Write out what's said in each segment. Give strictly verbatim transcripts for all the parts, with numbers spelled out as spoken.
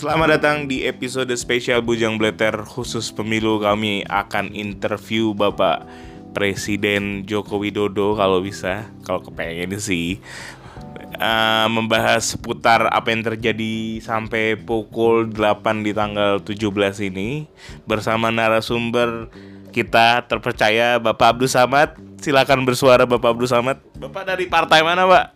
Selamat datang di episode spesial Bujang Bleter. Khusus pemilu kami akan interview Bapak Presiden Joko Widodo kalau bisa, kalau kepengen sih, uh, membahas seputar apa yang terjadi sampai pukul delapan di tanggal tujuh belas ini bersama narasumber kita terpercaya Bapak Abdul Samad. Silakan bersuara Bapak Abdul Samad. Bapak dari partai mana, Pak?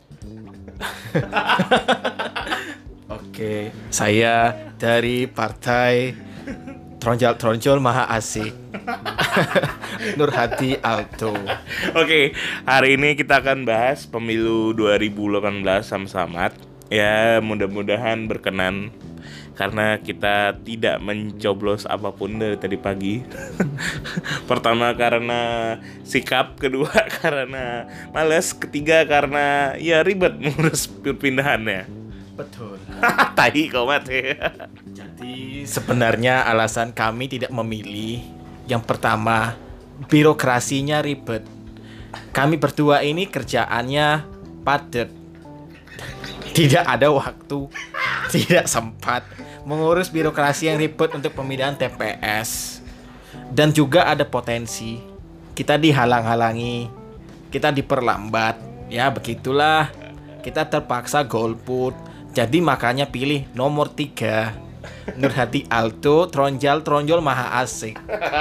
Oke, saya dari partai Tronjol-Tronjol Maha Asik. Nur Hadi Alto. Oke, hari ini kita akan bahas pemilu dua ribu delapan belas sama-sama. Ya, mudah-mudahan berkenan karena kita tidak mencoblos apapun dari tadi pagi. Pertama karena sikap, kedua karena malas, ketiga karena ya ribet mengurus perpindahannya. Betul. Tai kau mati. Jadi sebenarnya alasan kami tidak memilih, yang pertama birokrasinya ribet. Kami berdua ini kerjaannya padat. Tidak ada waktu, tidak sempat mengurus birokrasi yang ribet untuk pemindahan T P S. Dan juga ada potensi kita dihalang-halangi, kita diperlambat. Ya begitulah, kita terpaksa golput. Jadi makanya pilih nomor tiga, Nur Hadi Alto, Tronjol Tronjol Maha Asik.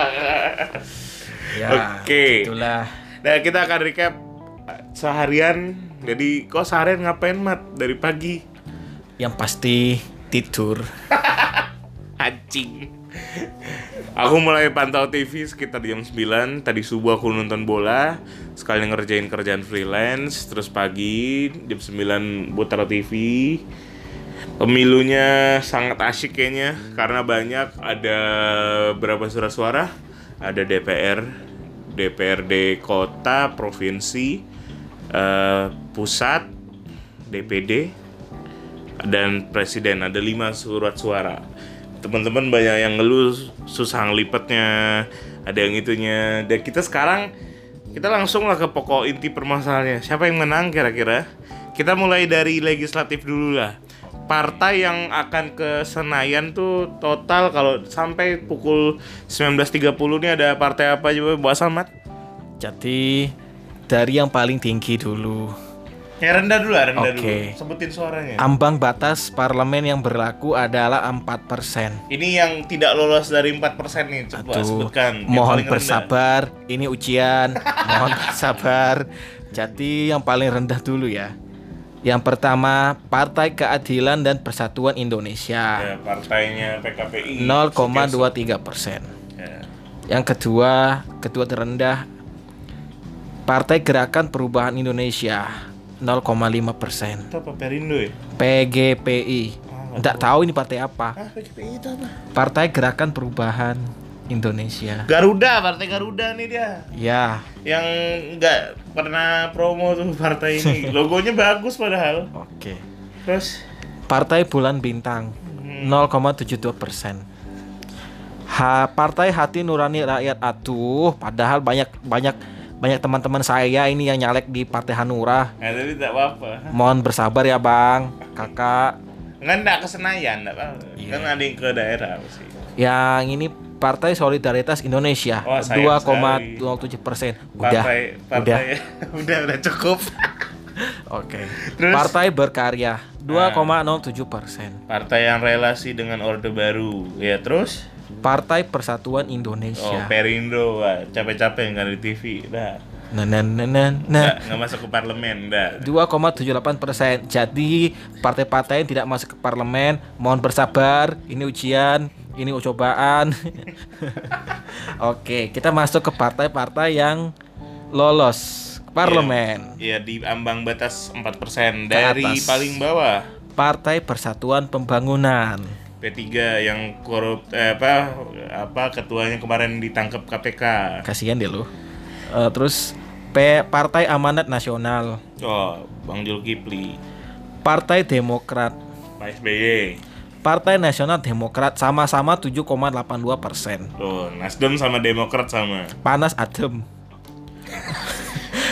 Ya, Oke. itulah. Nah, kita akan recap seharian. Jadi kok seharian ngapain, Mat? Dari pagi? Yang pasti tidur. Anjing. Aku mulai pantau T V sekitar jam sembilan. Tadi subuh aku nonton bola, sekali ngerjain kerjaan freelance. Terus pagi jam sembilan putar T V. Pemilunya sangat asyik kayaknya, karena banyak, ada berapa surat suara? Ada D P R, D P R D kota, provinsi, uh, pusat, D P D, dan presiden. Ada lima surat suara. Teman-teman banyak yang ngeluh susah ngelipetnya, ada yang itunya. Dan kita sekarang kita langsung lah ke pokok inti permasalahannya. Siapa yang menang kira-kira? Kita mulai dari legislatif dulu lah. Partai yang akan ke Senayan tuh total kalau sampai pukul sembilan belas tiga puluh nih ada partai apa coba Bu Salmat? Jadi dari yang paling tinggi dulu. Ya rendah dulu lah, rendah Oke. dulu. Sebutin suaranya. Ambang batas parlemen yang berlaku adalah empat persen. Ini yang tidak lolos dari empat persen nih, coba Aduh, sebutkan. Yang mohon paling rendah. bersabar, ini ujian. Mohon bersabar. Jadi yang paling rendah dulu ya. Yang pertama, Partai Keadilan dan Persatuan Indonesia, Ya, partainya P K P I nol koma dua tiga persen. Ya. Yang kedua, kedua terendah, Partai Gerakan Perubahan Indonesia, nol koma lima persen. Itu apa, Perindo ya? P G P I, Ah, nggak tahu ini partai apa. Ah, P K P I itu apa? Partai Gerakan Perubahan Indonesia. Garuda, partai Garuda nih dia. Ya, Yang nggak pernah promo tuh partai ini. Logonya bagus padahal. oke. Terus Partai Bulan Bintang, nol koma tujuh dua persen. Ha, Partai Hati Nurani Rakyat, aduh, padahal banyak banyak banyak teman-teman saya ini yang nyalek di Partai Hanura. nah, tapi tidak apa-apa. Mohon bersabar ya bang, kakak. Nggak nggak ke Senayan, nggak apa-apa. Iya. Kan ada yang ke daerah sih. Yang ini Partai Solidaritas Indonesia, Wah, sayang dua koma nol tujuh persen. Udah, Partai, udah, partai, udah, udah cukup. oke. Terus? Partai Berkarya, dua koma nol tujuh persen. Partai yang relasi dengan Orde Baru. Ya terus? Partai Persatuan Oh, Indonesia. Perindo, wah, capek-capek nggak di T V, dah. Nah, nah, nah, nah, nah. Nggak, nggak masuk ke parlemen, dah. dua koma tujuh delapan persen. Jadi partai-partai yang tidak masuk ke parlemen, mohon bersabar. Ini ujian, ini cobaan. Oke, kita masuk ke partai-partai yang lolos ke parlemen. Iya, di ambang batas empat persen Ke dari atas. paling bawah. Partai Persatuan Pembangunan. P tiga yang korup eh, apa apa ketuanya kemarin ditangkap K P K. Kasihan deh lu. Eh, terus P Partai Amanat Nasional. Oh, Bang Zulkifli, Partai Demokrat. Pak S B Y. Partai Nasional Demokrat sama-sama tujuh koma delapan dua persen. Tuh, Nasdem sama Demokrat sama. Panas adem.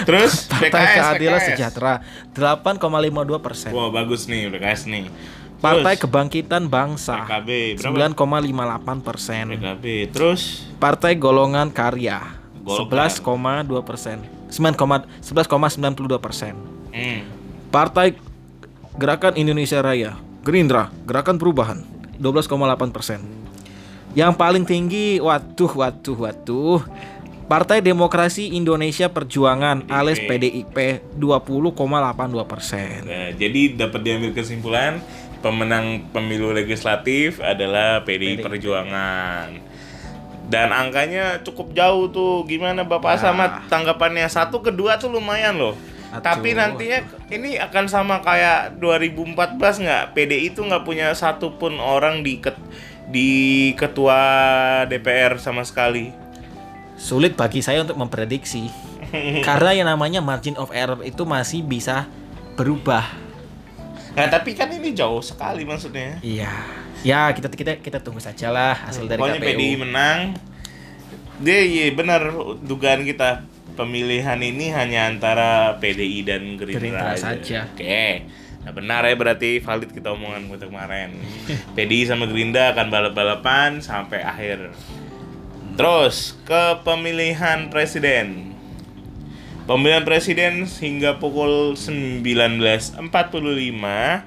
Terus Partai P K S, Keadilan P K S. Sejahtera delapan koma lima dua persen. Wah, bagus nih P K S nih. Terus, Partai Kebangkitan Bangsa P K B berapa? sembilan koma lima delapan persen. P K B. Terus Partai Golongan Karya Golkar. sebelas koma dua persen. sebelas koma sembilan dua persen. hmm. Partai Gerakan Indonesia Raya Gerindra Gerakan Perubahan dua belas koma delapan persen. Yang paling tinggi, waduh waduh waduh, Partai Demokrasi Indonesia Perjuangan alias P D I P dua puluh koma delapan dua persen. Nah, jadi dapat diambil kesimpulan pemenang pemilu legislatif adalah P D I P D I P. Perjuangan. Dan angkanya cukup jauh tuh. Gimana Bapak Nah. Samad tanggapannya? Satu kedua tuh lumayan loh. Aduh. Tapi nantinya ini akan sama kayak dua ribu empat belas nggak? P D I itu nggak punya satupun orang di ket, di ketua D P R sama sekali. Sulit bagi saya untuk memprediksi karena yang namanya margin of error itu masih bisa berubah. Nah tapi kan ini jauh sekali maksudnya. Iya. Ya kita kita kita tunggu sajalah hasil dari Pokoknya K P U. P D I menang. Dia iya benar dugaan kita. Pemilihan ini hanya antara P D I dan Gerindra, Gerindra aja. saja. Oke. Nah benar ya, berarti valid kita omongan kita kemarin. P D I sama Gerindra akan balap-balapan sampai akhir. Terus ke pemilihan presiden. Pemilihan presiden hingga pukul sembilan belas empat puluh lima.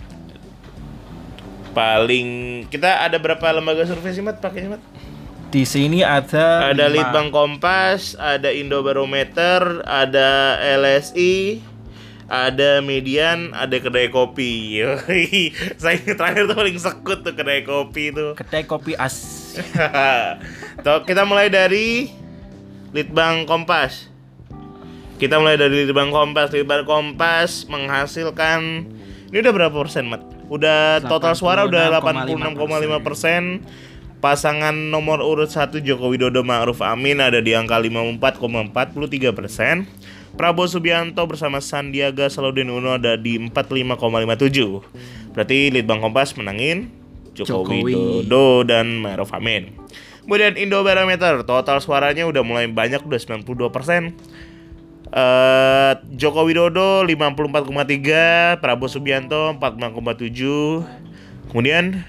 Paling kita ada berapa lembaga survei sih Mat pakainya Mat? Di sini ada Ada lima. Litbang Kompas, ada Indobarometer, ada L S I, ada Median, ada kedai kopi. Yoi. Saya ingat terakhir tuh paling sekut tuh kedai kopi tuh. Kedai kopi as. Tuh, kita mulai dari Litbang Kompas. Kita mulai dari Litbang Kompas. Litbang Kompas menghasilkan, ini udah berapa persen, Mat? Udah total suara udah delapan puluh enam koma lima persen. Pasangan nomor urut satu Joko Widodo Ma'ruf Amin ada di angka lima puluh empat koma empat tiga persen. Prabowo Subianto bersama Sandiaga Salahuddin Uno ada di empat puluh lima koma lima tujuh. Berarti Litbang Kompas menangin Joko Jokowi. Widodo dan Ma'ruf Amin. Kemudian Indobarometer, total suaranya udah mulai banyak, udah sembilan puluh dua persen. Uh, Joko Widodo lima puluh empat koma tiga, Prabowo Subianto empat puluh lima koma tujuh. Kemudian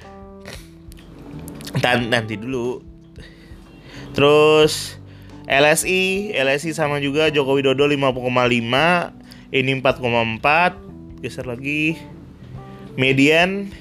Tan- nanti dulu. Terus L S I, L S I sama juga Joko Widodo lima puluh koma lima, ini empat koma empat. Geser lagi. Median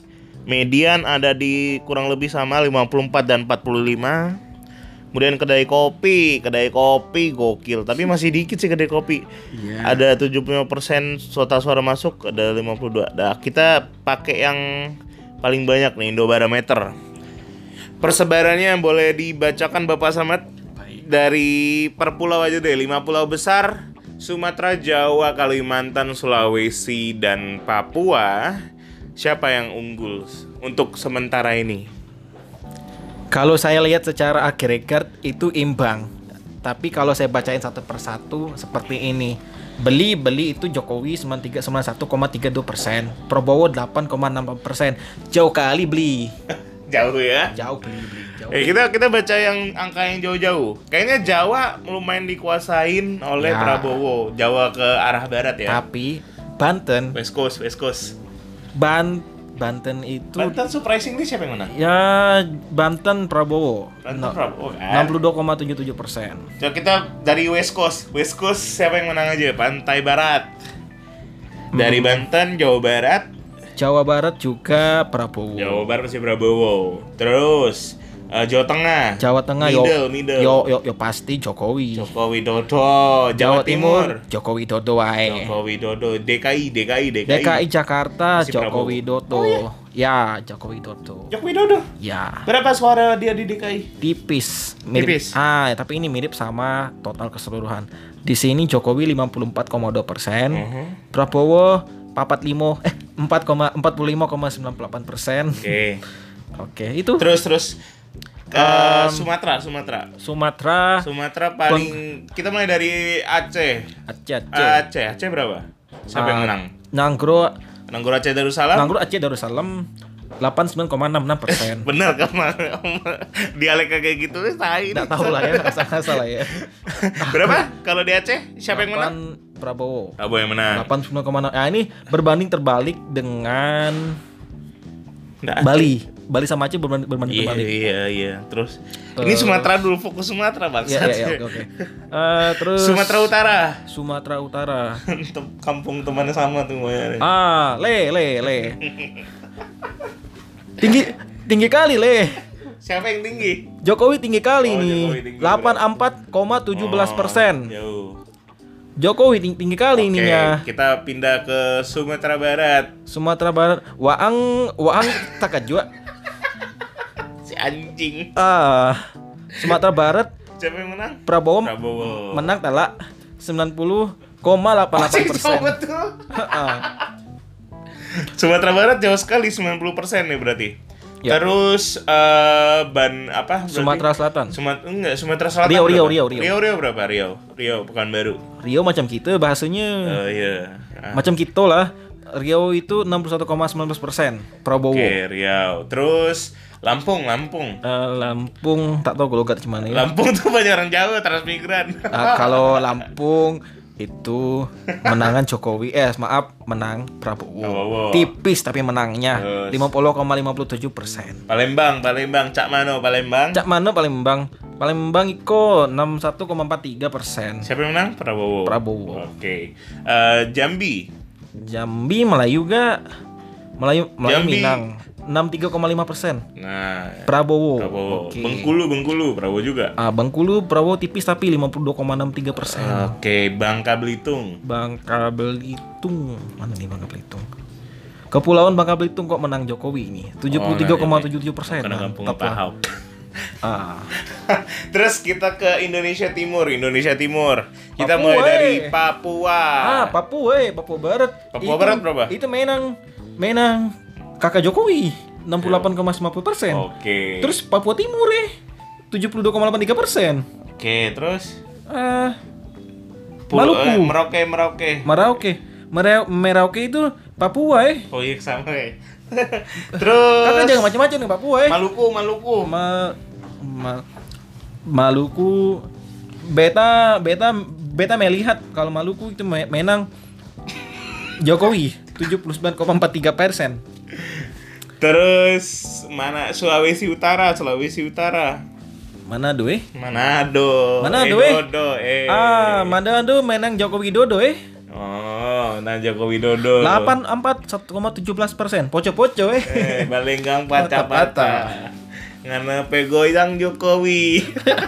Median ada di kurang lebih sama lima puluh empat dan empat puluh lima. Kemudian kedai kopi, kedai kopi gokil, tapi masih dikit sih kedai kopi. Iya. Ada tujuh puluh lima persen total suara masuk, ada lima puluh dua. Nah, kita pakai yang paling banyak nih, Indobarometer. Persebarannya boleh dibacakan Bapak Samad? Baik. Dari per pulau aja deh, lima pulau besar, Sumatera, Jawa, Kalimantan, Sulawesi, dan Papua. Siapa yang unggul untuk sementara ini? Kalau saya lihat secara agregat itu imbang. Tapi kalau saya bacain satu persatu seperti ini. Beli beli itu Jokowi sembilan puluh tiga sembilan puluh satu koma tiga dua persen, Prabowo delapan koma enam persen. Jauh kali beli. Jauh ya. Jauh beli beli. Jauh. Eh, kita kita baca yang angka yang jauh-jauh. Kayaknya Jawa lumayan dikuasain oleh Ya. Prabowo. Jawa ke arah barat ya. Tapi Banten, West Coast, West Coast. Ban Banten itu Banten surprising nih siapa yang menang? ya Banten Prabowo. Banten No- Prabowo kan. enam puluh dua koma tujuh tujuh persen. Coba kita dari West Coast. West Coast siapa yang menang aja? Pantai Barat. Dari Hmm. Banten, Jawa Barat. Jawa Barat juga Prabowo. Jawa Barat masih Prabowo. Terus eh, Jawa Tengah. Jawa Tengah middle, yo, middle. yo yo yo pasti Jokowi. Joko Widodo. Jawa, Timur. Joko Widodo wae. Joko Widodo. D K I, D K I, D K I. D K I Jakarta Masih Joko Prabowo. Widodo. Oh, iya? Ya, Joko Widodo. Joko Widodo. Ya, Berapa suara dia di D K I? tipis. Mirip. Tipis. Ah, tapi ini mirip sama total keseluruhan. Di sini Jokowi lima puluh empat koma dua persen. Mhm. Prabowo empat puluh lima eh empat koma empat puluh lima koma sembilan delapan persen. Oke. Oke, itu Terus terus ke Um, Sumatera, Sumatera. Sumatera, Sumatera paling kita mulai dari Aceh. Aceh, Aceh. Aceh, Aceh berapa? Siapa yang Ah, menang? Nanggro, Nanggro Aceh Darussalam. Nanggro Aceh Darussalam delapan puluh sembilan koma enam enam persen. Bener kan? Dialek kayak gitu saya ini. Nggak tahu lah ya, asal-asal lah ya. Berapa kalau di Aceh? Siapa yang menang? Prabowo. Prabowo yang menang. delapan puluh sembilan koma enam. Nah, ini berbanding terbalik dengan Nggak Bali. Bali sama Aceh berbanding, berbanding Iya, terbalik. iya, iya. Terus ini Sumatera dulu, fokus Sumatera Iya, bangsat. iya, iya, oke, oke. Eh, terus Sumatera Utara. Sumatera Utara. Tem- Kampung temannya sama tuh semuanya. Ah, le, le, le. Tinggi, tinggi kali le. Siapa yang tinggi? Jokowi tinggi kali Oh, nih. Jokowi tinggi delapan puluh empat koma tujuh belas persen. Oh, jauh. Jokowi tinggi, tinggi kali Oke, ininya. kita pindah ke Sumatera Barat. Sumatera Barat, Waang, Waang Takajua. Si anjing. Ah, Sumatera Barat, Siapa yang menang? Prabowo, Prabowo. menang talak sembilan puluh koma delapan delapan persen. Jauh betul. Sumatera Barat jauh sekali, sembilan puluh persen nih berarti. Ya. Terus eh, ban apa? berarti? Sumatera Selatan. Sumat enggak, Sumatera Selatan. Riau, berapa? Riau, Riau, Riau. Riau, Riau berapa? Riau. Riau Pekanbaru. Rio macam kita bahasanya. Oh iya. Ah. Macam kita lah. Rio itu enam puluh satu koma sembilan belas persen. Prabowo. Oke, Riau. Terus Lampung, Lampung. Eh, Lampung tak tahu kalau gak gimana ya. Lampung tuh banyak orang Jawa, transmigran. Ah, kalau Lampung itu menangan Jokowi, eh maaf menang Prabowo. Prabowo. Tipis tapi menangnya Terus. lima puluh koma lima puluh tujuh persen. Palembang, Palembang, Cak Mano, Palembang. Cak mana Palembang? Palembang iko enam puluh satu koma empat tiga persen. Siapa yang menang? Prabowo. Prabowo. Oke. Eh, Jambi. Jambi Melayu gak? Melayu Melayu Jambi. Minang enam puluh tiga koma lima persen. Nah, Prabowo. Prabowo. Oke. Bengkulu, Bengkulu, Prabowo juga. Ah, Bengkulu Prabowo tipis tapi lima puluh dua koma enam tiga persen. Oke, Bangka Belitung. Bangka Belitung. Mana nih Bangka Belitung? Kepulauan Bangka Belitung kok menang Jokowi ini tujuh puluh tiga koma tujuh tujuh persen. Karena kampung Mantap Pak lah. Ahok. Ah. Terus kita ke Indonesia Timur, Indonesia Timur. Kita Papua, mulai dari eh. Papua. Ah, Papua, eh, Papua Barat. Papua Itu- Barat berapa? Itu menang, menang kakak Jokowi enam puluh delapan koma sembilan puluh persen. Oke. Terus Papua Timur eh tujuh puluh dua koma delapan tiga persen. Oke, terus Ah, Pulau- Maluku. eh, Merauke, Merauke. Merauke. Merau- Merauke itu Papua eh. Oh iya sama ya. Terus Kakak jangan macam-macam nih Papua eh. Maluku, Maluku. Ma, Ma- Maluku beta beta beta melihat kalau Maluku itu me- menang Jokowi tujuh puluh sembilan koma empat tiga persen. Terus mana Sulawesi Utara, Sulawesi Utara. Manado eh? Manado. Manado, eh. eh. Dodo, eh. Ah, Manado menang Joko Widodo eh. Oh, nah Joko Widodo. delapan puluh empat satu koma tujuh belas persen. Poco-poco eh. Eh, balenggang patah-patah. Ngana pegoyang Jokowi.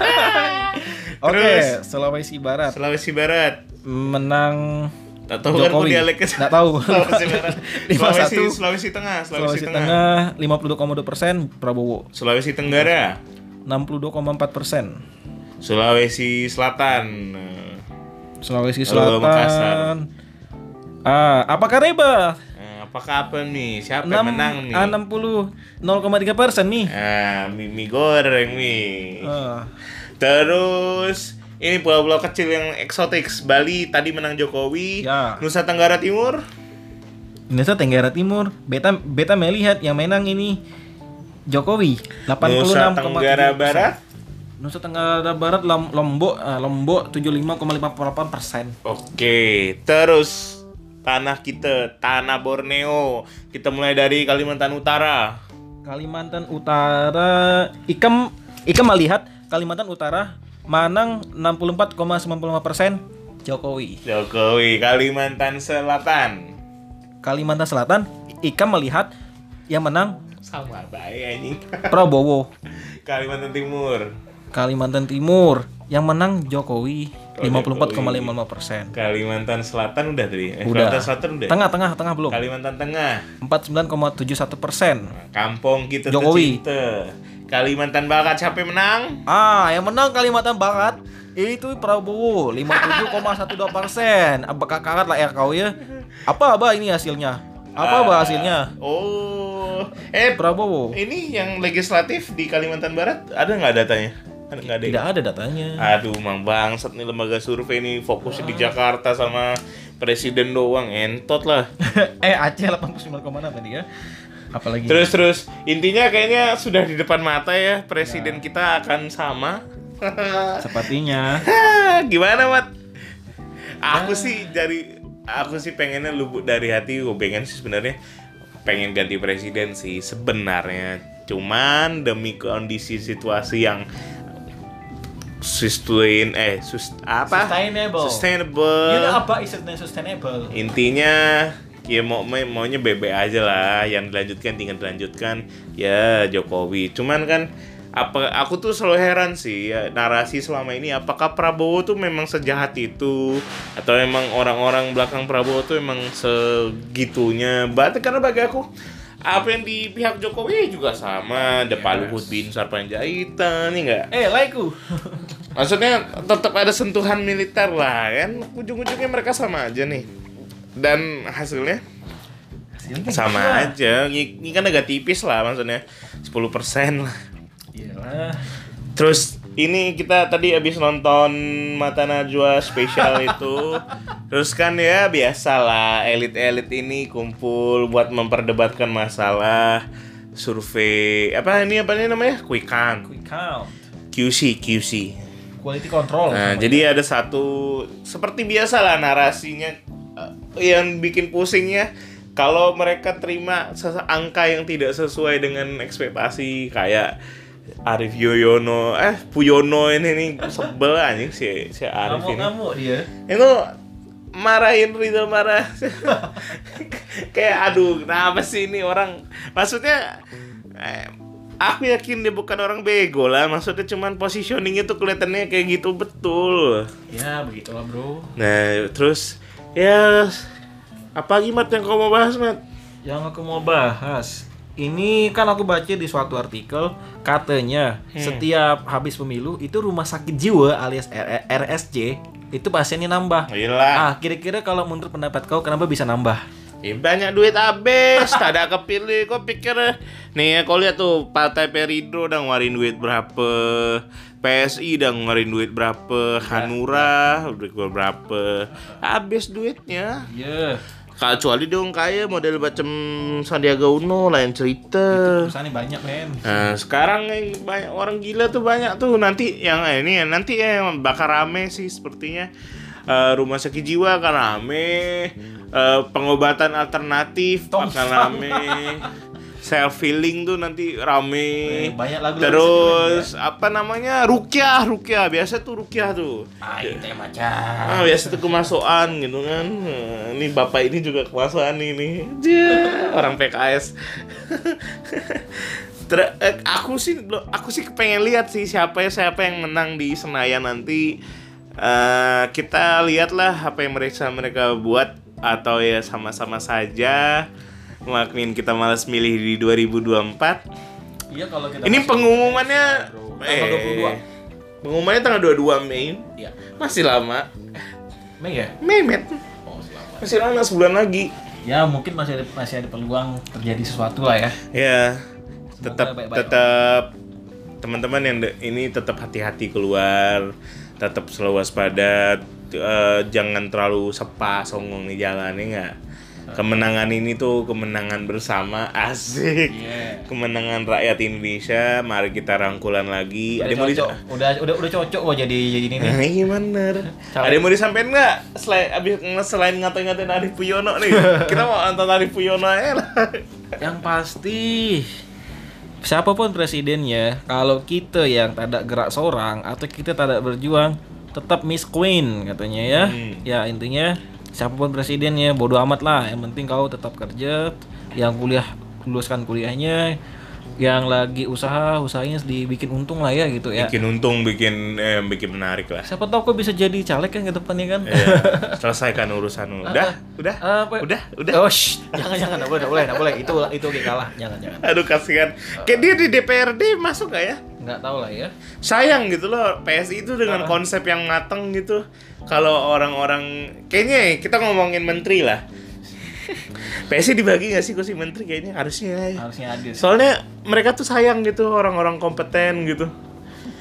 Oke, Terus Sulawesi Barat Sulawesi Barat. menang Tak tahu kan Jokowi. aku dialeknya. Nggak tahu. Sulawesi Barat. lima puluh satu. Sulawesi, Sulawesi Tengah, Sulawesi, Sulawesi Tengah. Tengah lima puluh dua koma dua persen Prabowo. Sulawesi Tenggara. enam puluh dua koma empat persen. Sulawesi Selatan. Eh, Sulawesi Halo, Makassar. Selatan. Ah, apakah Reba? eh, apakah apa nih? Siapa yang menang nih? enam puluh nol koma tiga persen nih. Ah, mie, mie goreng nih. Ah, Terus ini pulau-pulau kecil yang eksotik. Bali tadi menang Jokowi. Ya. Nusa Tenggara Timur. Indonesia Tenggara Timur. Beta beta melihat yang menang ini Jokowi delapan puluh Nusa enam koma tujuh persen. Tenggara Barat. Nusa Tenggara Barat Lom- Lombok ah, Lombok tujuh puluh lima koma lima delapan persen. Oke, terus tanah kita, tanah Borneo. Kita mulai dari Kalimantan Utara. Kalimantan Utara Ikam Ikam melihat Kalimantan Utara menang enam puluh empat koma sembilan puluh lima persen Jokowi. Jokowi, Kalimantan Selatan. Kalimantan Selatan Ikam melihat yang menang Sama baik anjing. Prabowo. Kalimantan Timur. Kalimantan Timur yang menang Jokowi lima puluh empat koma lima lima persen. Kalimantan Selatan udah tadi. Eh, Udah. Kalimantan Selatan udah. Tengah tengah tengah belum. Kalimantan Tengah. empat puluh sembilan koma tujuh satu persen. Kampung kita Jokowi. tercinta. Kalimantan Barat siapa yang menang? Ah, yang menang Kalimantan Barat itu Prabowo lima puluh tujuh koma satu dua persen. Apakah karat lah ya kau ya? Apa apa ini hasilnya? Apa apa hasilnya? Oh, eh Prabowo. ini yang legislatif di Kalimantan Barat ada nggak datanya? Ada nggak ada? ya? Tidak ada datanya. Aduh, mang bangsat nih lembaga survei nih fokus di Jakarta sama presiden doang, entot lah. eh Aceh delapan puluh sembilan koma enam tadi ya. Apalagi Terus terus intinya kayaknya sudah di depan mata ya, presiden ya. Kita akan sama. Sepertinya. Gimana, Mat? Aku ya. sih dari aku sih pengennya lubuk dari hati, gue pengen sih sebenarnya pengen ganti presiden sih sebenarnya. Cuman demi kondisi situasi yang sustain eh sus, apa? Sustainable. Sustainable. You know apa istilahnya sustainable? Intinya ya mau maunya bebe aja lah, yang dilanjutkan tinggal dilanjutkan ya Jokowi. Cuman kan apa aku tuh selalu heran sih ya, narasi selama ini apakah Prabowo tuh memang sejahat itu atau memang orang-orang belakang Prabowo tuh memang segitunya. Berarti karena bagi aku apa yang di pihak Jokowi juga sama, ada yes. Pak Luhut Binsar Panjaitan, nih enggak? Eh, laiku. Maksudnya tetap ada sentuhan militer lah kan, ujung-ujungnya mereka sama aja nih. Dan hasilnya, hasilnya sama juga. Aja. Ini, ini kan agak tipis lah maksudnya, sepuluh persen lah. Iyalah. Terus ini kita tadi habis nonton Mata Najwa spesial itu. Terus kan ya biasalah elit-elit ini kumpul buat memperdebatkan masalah survei apa ini apa ini namanya? Quick count. Quick count. Q C Q C. Quality control. Nah, jadi ada satu seperti biasalah narasinya yang bikin pusingnya kalau mereka terima angka yang tidak sesuai dengan ekspektasi kayak Arief Yoyono, eh Puyono ini nih sebel anjing si si Arief ini. Ngamuk-ngamuk dia. Itu marahin Rizal marah. Kayak aduh, kenapa sih ini orang? Maksudnya eh, aku yakin dia bukan orang bego lah. Maksudnya cuman positioningnya tuh kelihatannya kayak gitu betul. Ya begitulah bro. Nah terus ya apa gimana yang kau mau bahas, Mat? Yang aku mau bahas ini kan aku baca di suatu artikel katanya hmm. setiap habis pemilu itu rumah sakit jiwa alias R S J itu pasiennya nambah. Iyalah. Ah kira-kira kalau menurut pendapat kau kenapa bisa nambah? Ya, banyak duit habis, tak ada kepilih. Kau pikir nih ya kau lihat tuh Partai Perindo udah ngeluarin duit berapa, P S I udah ngeluarin duit berapa, Hanura udah keluar berapa, habis duitnya. Iya. Yeah. Kecuali dong kaya model macam Sandiaga Uno lain cerita. Perusahaannya banyak men. Nah sekarang yang banyak orang gila tuh banyak tuh nanti yang eh, ini ya nanti ya yang bakal rame sih sepertinya uh, rumah sakit jiwa akan rame, uh, pengobatan alternatif Tong akan rame, self healing tuh nanti rame. Banyak lagu. Terus ya. Apa namanya rukyah rukyah biasa tuh rukyah tuh. Ah itu macam. Ah biasa tuh kemasukan gitu kan. Nah, ini bapak ini juga kemasukan ini. Dia orang P K S. Ter- eh, aku sih aku sih pengen lihat sih siapa ya siapa yang menang di Senayan nanti. Uh, kita lihatlah apa yang mereka mereka buat atau ya sama-sama saja. Makin kita malas milih di dua ribu dua puluh empat. Iya kalau kita ini pengumumannya eh tanggal dua puluh dua. Pengumumannya tanggal dua puluh dua Mei. Iya. Masih lama. Mei ya? Mei, Met. Oh, selama. Masih lama sebulan lagi. Ya, mungkin masih ada masih ada peluang terjadi sesuatu lah ya. Ya. Tetap tetap teman-teman yang de- ini tetap hati-hati keluar, tetap selalu waspada, uh, jangan terlalu sepa songong di jalan ya enggak. Kemenangan ini tuh kemenangan bersama, asik. Yeah. Kemenangan rakyat Indonesia. Mari kita rangkulan lagi. Udah ada mau di- udah udah udah cocok kok jadi jadi ini. Nah, iya bener. Ada yang mau disampaikan nggak? Selain abis selain ngatain-ngatain Arief Puyono nih, kita mau nonton Arief Puyono aja lah. Yang pasti siapapun presidennya, kalau kita yang tidak gerak seorang atau kita tidak berjuang, tetap Miss Queen katanya ya. Hmm. Ya intinya siapapun presidennya bodo amat lah, yang penting kau tetap kerja, yang kuliah luluskan kuliahnya, yang lagi usaha usahanya dibikin untung lah ya gitu ya. Bikin untung, bikin eh, bikin menarik lah. Siapa tahu kau bisa jadi caleg kan ke depannya kan. Iya, selesaikan urusan lu. Udah, udah, uh, udah, udah. Oh, shh. jangan jangan enggak boleh, enggak boleh, enggak boleh. Itu itu oke kalah. Jangan jangan. Aduh kasihan. Kayak dia di D P R D masuk gak ya? Nggak tahu lah ya. Sayang gitu loh, P S I itu dengan uh. konsep yang mateng gitu. Kalau orang-orang kayaknya kita ngomongin menteri lah. P S I dibagi gak sih kursi menteri kayaknya harusnya. Harusnya adil. Soalnya mereka tuh sayang gitu orang-orang kompeten gitu.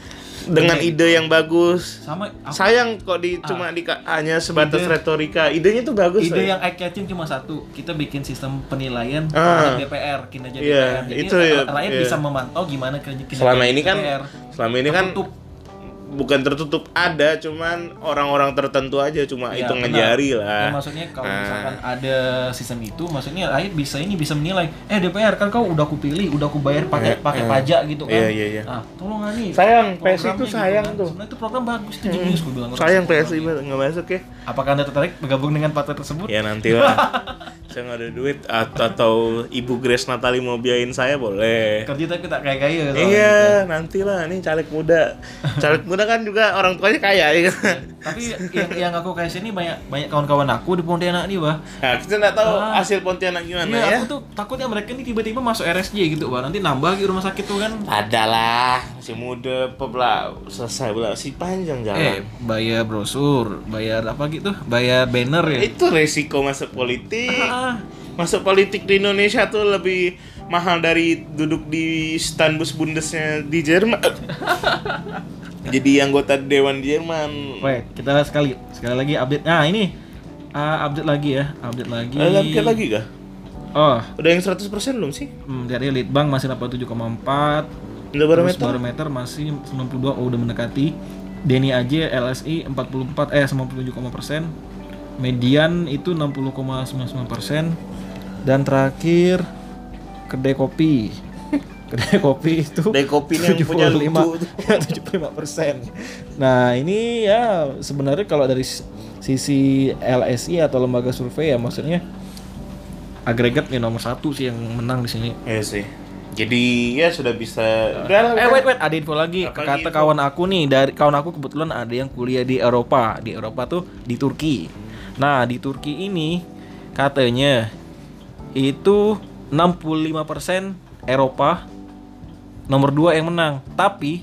dengan ide yang bagus. Sama aku, sayang kok di Ah. cuma di hanya sebatas Ide- retorika. Idenya tuh bagus. ide Say. yang eye catching cuma satu, kita bikin sistem penilaian Ah. terhadap D P R, kinerja Iya, D P R. Jadi itu ya, rakyat iya. bisa memantau gimana kinerja kinerja Selama ini kan D P R. selama ini kan Tertutup. bukan tertutup, ada cuman orang-orang tertentu aja, cuma Ya, hitungan benar. jari Ya, lah. maksudnya kalau Nah. misalkan ada sistem itu, maksudnya rakyat bisa ini bisa menilai, eh D P R kan kau udah aku pilih, udah aku bayar pakai Eh, pakai eh. pajak gitu kan. Iya, iya, iya. Nah, tolong nih. Sayang, P S I programnya itu sayang kan. tuh. Sebenarnya itu program bagus, itu jenius gue bilang. Sayang P S I Programnya. nggak masuk ya. Apakah Anda tertarik bergabung dengan partai tersebut? Ya nanti lah. Saya nggak ada duit atau, atau Ibu Grace Natali mau biayain saya boleh. Kerja tapi tak kayak kaya gitu. Iya, nantilah nih caleg muda. Caleg muda kan juga orang tuanya kaya ya. Tapi yang yang aku kasih ini banyak banyak kawan-kawan aku di Pontianak nih, Bah. Nah, kita nggak tahu Ah. hasil Pontianak gimana Iya, ya. aku tuh takutnya mereka ini tiba-tiba masuk R S J gitu, Bah. Nanti nambah di rumah sakit tuh kan. Ada lah, masih muda, pebla, selesai pula si panjang Eh, jalan. bayar brosur, bayar apa gitu? Bayar banner ya. Itu resiko masuk politik. Ah, Masuk politik di Indonesia tuh lebih mahal dari duduk di stand bus Bundesnya di Jerman. Jadi anggota Dewan Jerman. wait, kita sekali sekali lagi update. Nah, ini ah, update lagi ya, update lagi. Ada update lagi kah? Oh, Udah yang seratus persen belum sih? hmm, dari Litbang masih delapan puluh tujuh koma empat. Udah Terus barometer? barometer masih sembilan puluh dua, oh udah mendekati. Deni aja L S I empat puluh empat eh sembilan puluh tujuh persen. Median itu enam puluh koma sembilan sembilan persen. Dan terakhir kedai kopi. Kedai kopi itu Kedai kopi yang punya lutu. tujuh puluh lima persen. Nah, ini ya sebenarnya kalau dari s- sisi L S I atau lembaga survei ya maksudnya agregat ya nomor satu sih yang menang di sini. Iya sih. Jadi ya sudah bisa. Udah lah, Eh udah. wait wait ada info lagi. Apa Kata info? kawan aku nih, dari kawan aku kebetulan ada yang kuliah di Eropa. Di Eropa tuh di Turki. Nah, di Turki ini katanya itu enam puluh lima persen Eropa nomor dua yang menang. Tapi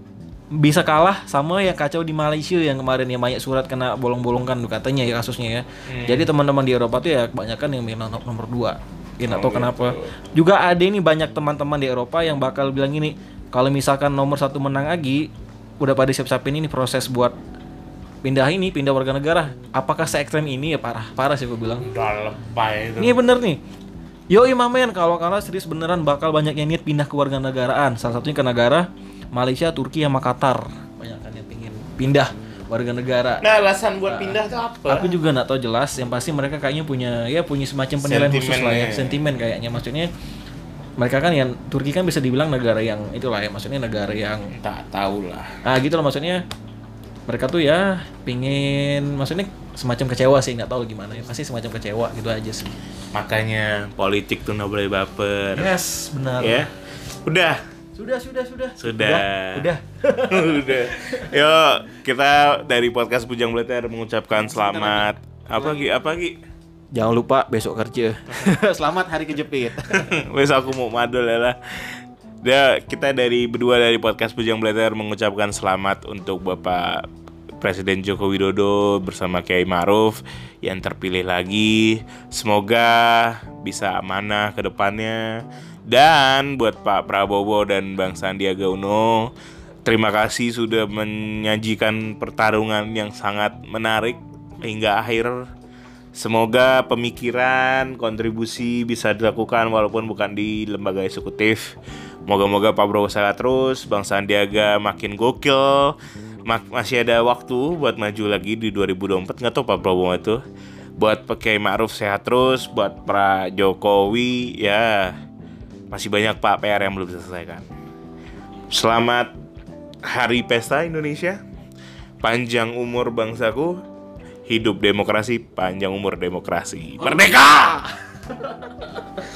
bisa kalah sama yang kacau di Malaysia yang kemarin yang banyak surat kena bolong-bolongkan tuh katanya ya kasusnya ya. Hmm. Jadi teman-teman di Eropa tuh ya kebanyakan yang menang nomor dua. Ya nggak tahu Oh, kenapa. gitu. Juga ada ini banyak teman-teman di Eropa yang bakal bilang gini, kalau misalkan nomor satu menang lagi, udah pada siap-siapin ini proses buat pindah ini, pindah warga negara. Apakah se-ekstrem ini ya parah, parah sih gue bilang. Udah lebay itu. Ini bener nih. Yoi mamen, kalau kalah serius beneran bakal banyak yang niat pindah ke warga negaraan. Salah satunya ke negara Malaysia, Turki, sama Qatar. Banyak kan yang pingin pindah warga negara. Nah, alasan buat pindah tuh apa? Aku juga nggak tahu jelas. Yang pasti mereka kayaknya punya ya punya semacam penilaian khusus lah ya, Sentimennya. sentimen kayaknya. Maksudnya mereka kan yang Turki kan bisa dibilang negara yang itulah ya, maksudnya negara yang Tak tahu lah. ah gitu loh maksudnya. Mereka tuh ya pingin, maksudnya semacam kecewa sih, nggak tahu gimana ya. Pasti semacam kecewa gitu aja sih. Makanya politik tuh nggak boleh baper. Yes, benar. Ya. Udah. Sudah, sudah, sudah. Sudah. Udah. Udah. Yuk, kita dari podcast Bujang Blatter mengucapkan selamat. Apa lagi? Apa lagi? Jangan lupa besok kerja. Selamat hari kejepit. Wes aku mau madul ya lah. Udah, kita dari berdua dari podcast Bujang Blatter mengucapkan selamat untuk Bapak Presiden Joko Widodo bersama Kiai Ma'ruf yang terpilih lagi. Semoga bisa amanah ke depannya. Dan buat Pak Prabowo dan Bang Sandiaga Uno, terima kasih sudah menyajikan pertarungan yang sangat menarik hingga akhir. Semoga pemikiran, kontribusi bisa dilakukan walaupun bukan di lembaga eksekutif. Moga-moga Pak Prabowo sehat terus, Bang Sandiaga makin gokil. Mak- masih ada waktu buat maju lagi di dua ribu dua puluh empat. Nggak tahu Pak Prabowo itu. Buat Pak Kiai Ma'ruf sehat terus. Buat Pak Jokowi ya masih banyak Pak P R yang belum diselesaikan. Selamat Hari Pesta Indonesia. Panjang umur bangsaku. Hidup demokrasi, panjang umur demokrasi. Merdeka!